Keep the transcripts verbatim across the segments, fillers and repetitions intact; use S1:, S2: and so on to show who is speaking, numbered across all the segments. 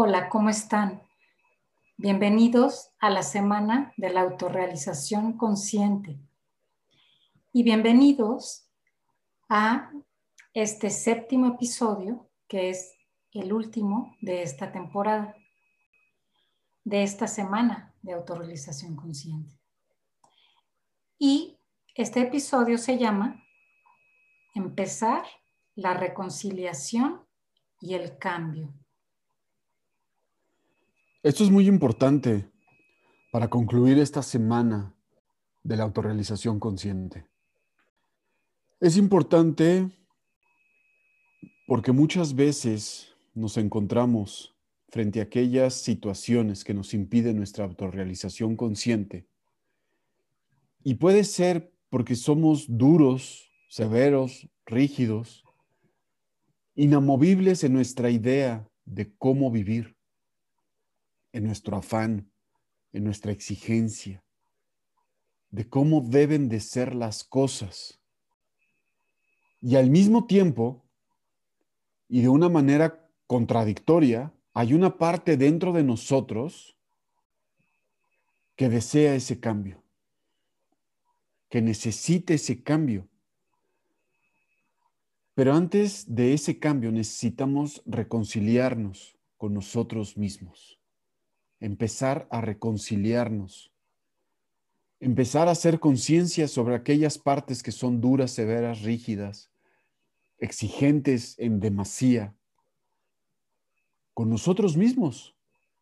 S1: Hola, ¿cómo están? Bienvenidos a la Semana de la Autorrealización Consciente y bienvenidos a este séptimo episodio, que es el último de esta temporada, de esta Semana de Autorrealización Consciente. Y este episodio se llama Empezar la reconciliación y el cambio.
S2: Esto es muy importante para concluir esta semana de la autorrealización consciente. Es importante porque muchas veces nos encontramos frente a aquellas situaciones que nos impiden nuestra autorrealización consciente. Y puede ser porque somos duros, severos, rígidos, inamovibles en nuestra idea de cómo vivir, en nuestro afán, en nuestra exigencia, de cómo deben de ser las cosas. Y al mismo tiempo, y de una manera contradictoria, hay una parte dentro de nosotros que desea ese cambio, que necesita ese cambio. Pero antes de ese cambio necesitamos reconciliarnos con nosotros mismos, empezar a reconciliarnos, empezar a hacer conciencia sobre aquellas partes que son duras, severas, rígidas, exigentes en demasía, con nosotros mismos.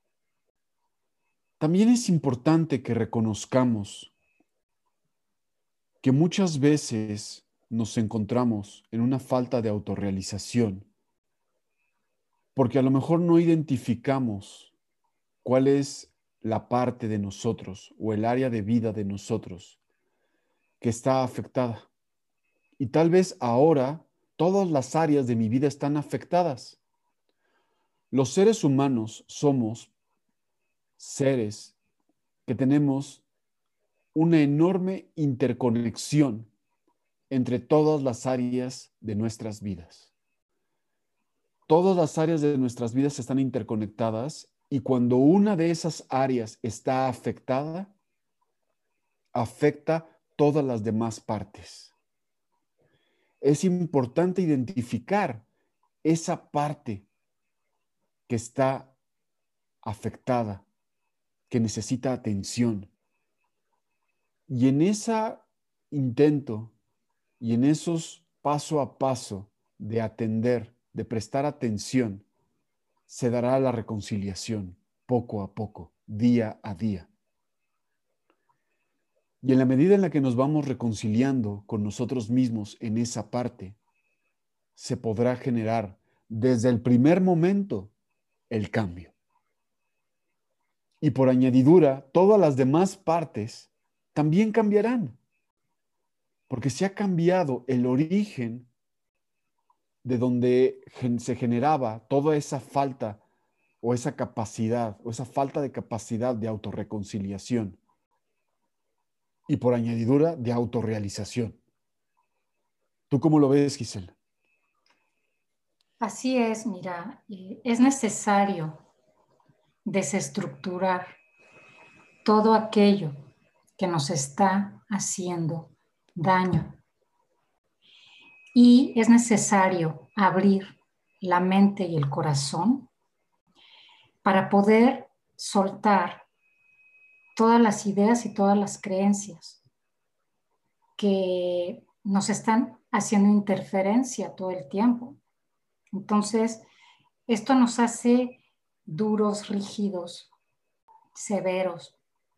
S2: También es importante que reconozcamos que muchas veces nos encontramos en una falta de autorrealización, porque a lo mejor no identificamos cuál es la parte de nosotros o el área de vida de nosotros que está afectada. Y tal vez ahora todas las áreas de mi vida están afectadas. Los seres humanos somos seres que tenemos una enorme interconexión entre todas las áreas de nuestras vidas. Todas las áreas de nuestras vidas están interconectadas y cuando una de esas áreas está afectada, afecta todas las demás partes. Es importante identificar esa parte que está afectada, que necesita atención. Y en ese intento y en esos paso a paso de atender, de prestar atención, se dará la reconciliación poco a poco, día a día. Y en la medida en la que nos vamos reconciliando con nosotros mismos en esa parte, se podrá generar desde el primer momento el cambio. Y por añadidura, todas las demás partes también cambiarán, porque se ha cambiado el origen de donde se generaba toda esa falta o esa capacidad o esa falta de capacidad de autorreconciliación y por añadidura de autorrealización. ¿Tú cómo lo ves, Gisela?
S1: Así es, mira, es necesario desestructurar todo aquello que nos está haciendo daño. Y es necesario abrir la mente y el corazón para poder soltar todas las ideas y todas las creencias que nos están haciendo interferencia todo el tiempo. Entonces, esto nos hace duros, rígidos, severos.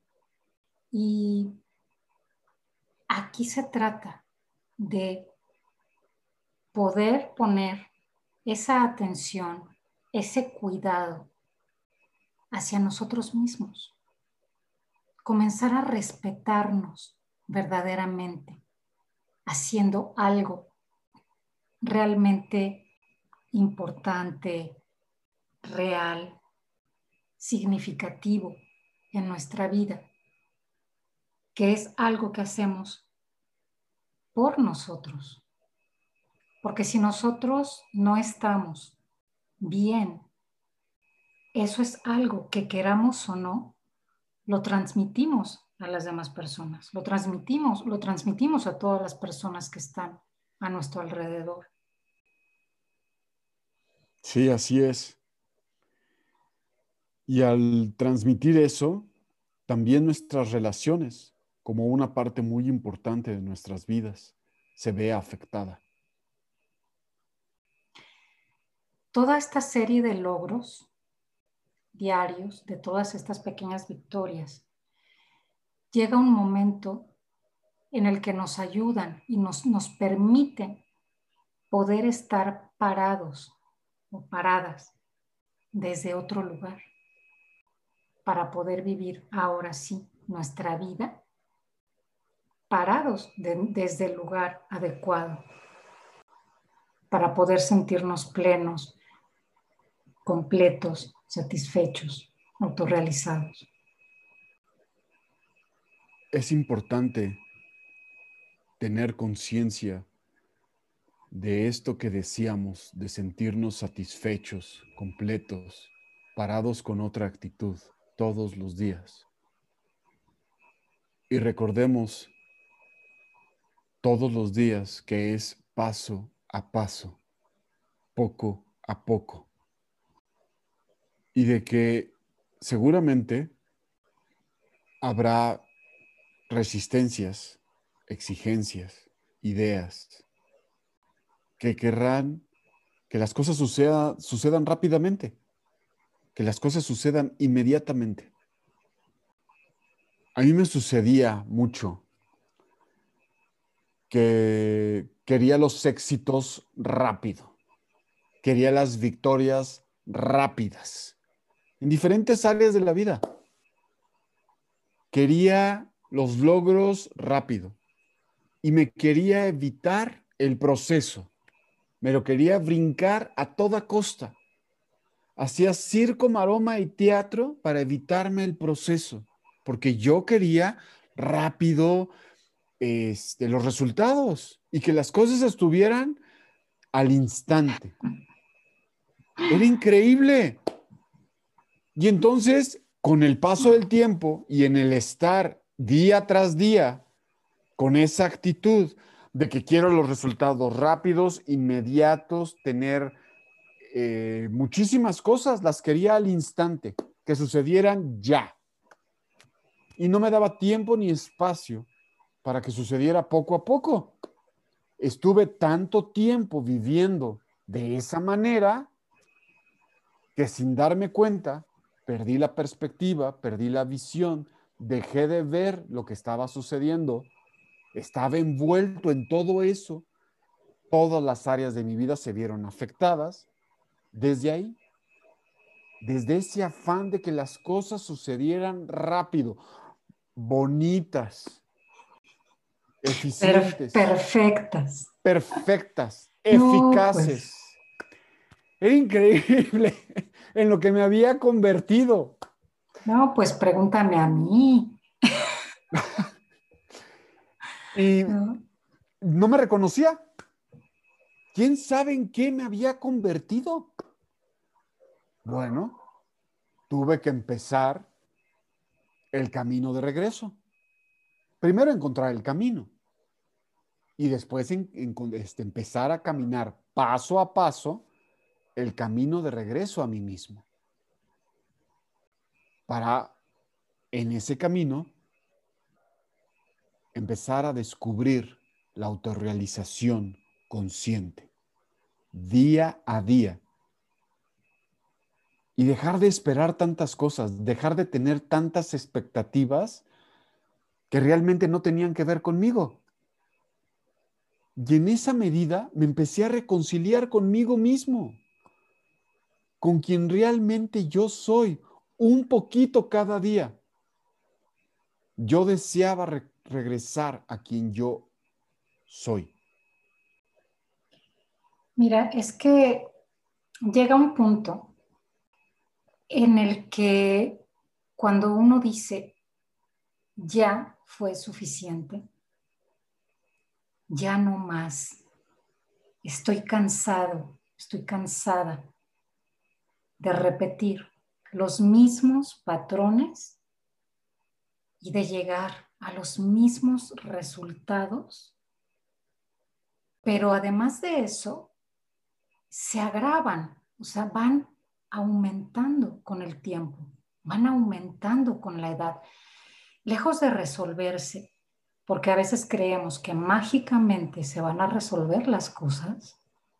S1: Y aquí se trata de poder poner esa atención, ese cuidado hacia nosotros mismos. Comenzar a respetarnos verdaderamente, haciendo algo realmente importante, real, significativo en nuestra vida, que es algo que hacemos por nosotros. Porque si nosotros no estamos bien eso es algo que queramos o no, lo transmitimos a las demás personas, lo transmitimos, lo transmitimos a todas las personas que están a nuestro alrededor.
S2: Sí, así es. Y al transmitir eso, también nuestras relaciones, como una parte muy importante de nuestras vidas, se ve afectada.
S1: Toda esta serie de logros diarios, de todas estas pequeñas victorias, llega un momento en el que nos ayudan y nos, nos permiten poder estar parados o paradas desde otro lugar para poder vivir ahora sí nuestra vida parados de, desde el lugar adecuado para poder sentirnos plenos, completos, satisfechos, autorrealizados.
S2: Es importante tener conciencia de esto que decíamos, de sentirnos satisfechos, completos, parados con otra actitud todos los días. Y recordemos todos los días que es paso a paso, poco a poco. Y de que seguramente habrá resistencias, exigencias, ideas que querrán que las cosas suceda, sucedan rápidamente, que las cosas sucedan inmediatamente. A mí me sucedía mucho que quería los éxitos rápido, quería las victorias rápidas, en diferentes áreas de la vida. Quería los logros rápido y me quería evitar el proceso. Me lo quería brincar a toda costa. Hacía circo, maroma y teatro para evitarme el proceso, porque yo quería rápido este, los resultados y que las cosas estuvieran al instante. Era increíble. Y entonces, con el paso del tiempo y en el estar día tras día con esa actitud de que quiero los resultados rápidos, inmediatos, tener eh, muchísimas cosas, las quería al instante, que sucedieran ya. Y no me daba tiempo ni espacio para que sucediera poco a poco. Estuve tanto tiempo viviendo de esa manera que sin darme cuenta, perdí la perspectiva, perdí la visión, dejé de ver lo que estaba sucediendo, estaba envuelto en todo eso, todas las áreas de mi vida se vieron afectadas. Desde ahí, desde ese afán de que las cosas sucedieran rápido, bonitas,
S1: Per-
S2: eficientes,
S1: perfectas.
S2: perfectas,
S1: No, pues,
S2: eficaces. Era increíble en lo que me había convertido.
S1: no, pues pregúntame a mí.
S2: Y
S1: ¿No?
S2: no me reconocía. ¿Quién sabe en qué me había convertido? Bueno, tuve que empezar el camino de regreso. Primero encontrar el camino y después en, en, este, empezar a caminar paso a paso el camino de regreso a mí mismo. Para en ese camino empezar a descubrir la autorrealización consciente día a día y dejar de esperar tantas cosas, dejar de tener tantas expectativas que realmente no tenían que ver conmigo. Y en esa medida me empecé a reconciliar conmigo mismo, con quien realmente yo soy, un poquito cada día. Yo deseaba re regresar a quien yo soy.
S1: Mira, es que llega un punto en el que cuando uno dice ya fue suficiente, ya no más, estoy cansado, estoy cansada de repetir los mismos patrones y de llegar a los mismos resultados, pero además de eso, se agravan, o sea, van aumentando con el tiempo, van aumentando con la edad, lejos de resolverse, porque a veces creemos que mágicamente se van a resolver las cosas,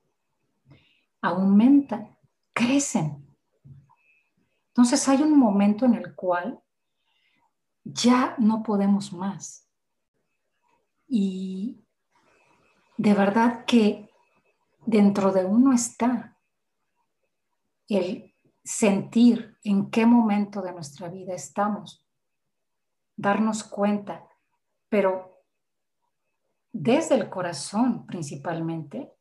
S1: aumentan, crecen. Entonces hay un momento en el cual ya no podemos más. Y de verdad que dentro de uno está el sentir en qué momento de nuestra vida estamos, darnos cuenta, pero desde el corazón principalmente,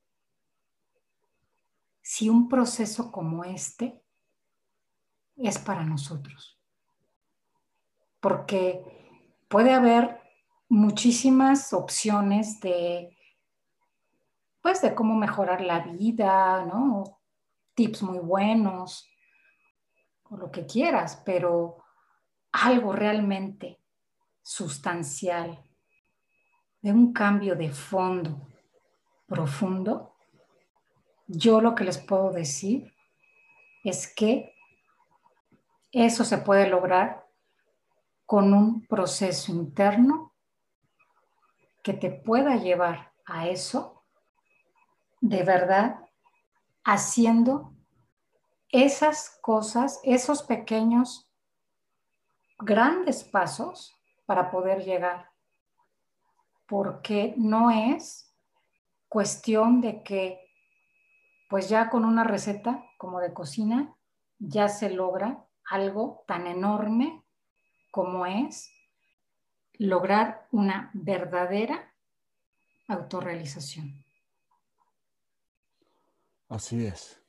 S1: si un proceso como este es para nosotros. Porque puede haber muchísimas opciones de, pues, de cómo mejorar la vida, ¿no? Tips muy buenos, o lo que quieras, pero algo realmente sustancial, de un cambio de fondo profundo, yo lo que les puedo decir es que eso se puede lograr con un proceso interno que te pueda llevar a eso, de verdad, haciendo esas cosas, esos pequeños, grandes pasos para poder llegar. Porque no es cuestión de que, pues ya con una receta como de cocina, ya se logra algo tan enorme como es lograr una verdadera autorrealización.
S2: Así es.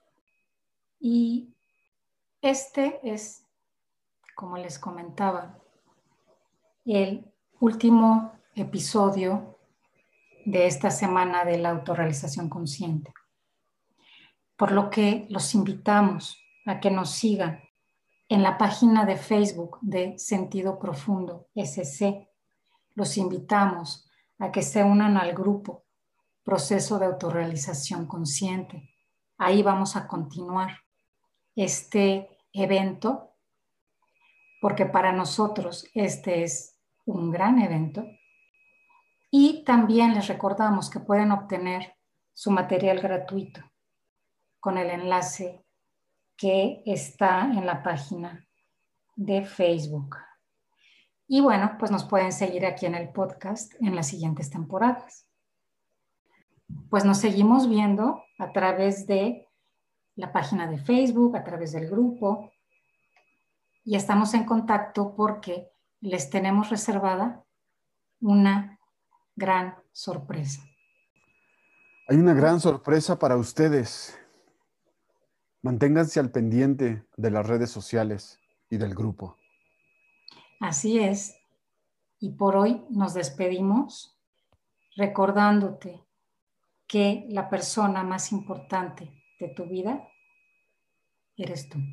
S1: Y este es, como les comentaba, el último episodio de esta semana de la autorrealización consciente. Por lo que los invitamos a que nos sigan en la página de Facebook de Sentido Profundo S C. Los invitamos a que se unan al grupo Proceso de Autorrealización Consciente. Ahí vamos a continuar este evento, porque para nosotros este es un gran evento. Y también les recordamos que pueden obtener su material gratuito con el enlace que está en la página de Facebook. Y bueno, pues nos pueden seguir aquí en el podcast en las siguientes temporadas. Pues nos seguimos viendo a través de la página de Facebook, a través del grupo, y estamos en contacto porque les tenemos reservada una gran sorpresa.
S2: Hay una gran sorpresa para ustedes. Manténganse al pendiente de las redes sociales y del grupo.
S1: Así es. Y por hoy nos despedimos recordándote que la persona más importante de tu vida eres tú.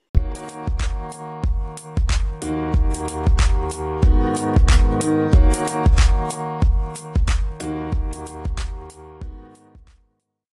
S1: Thank you.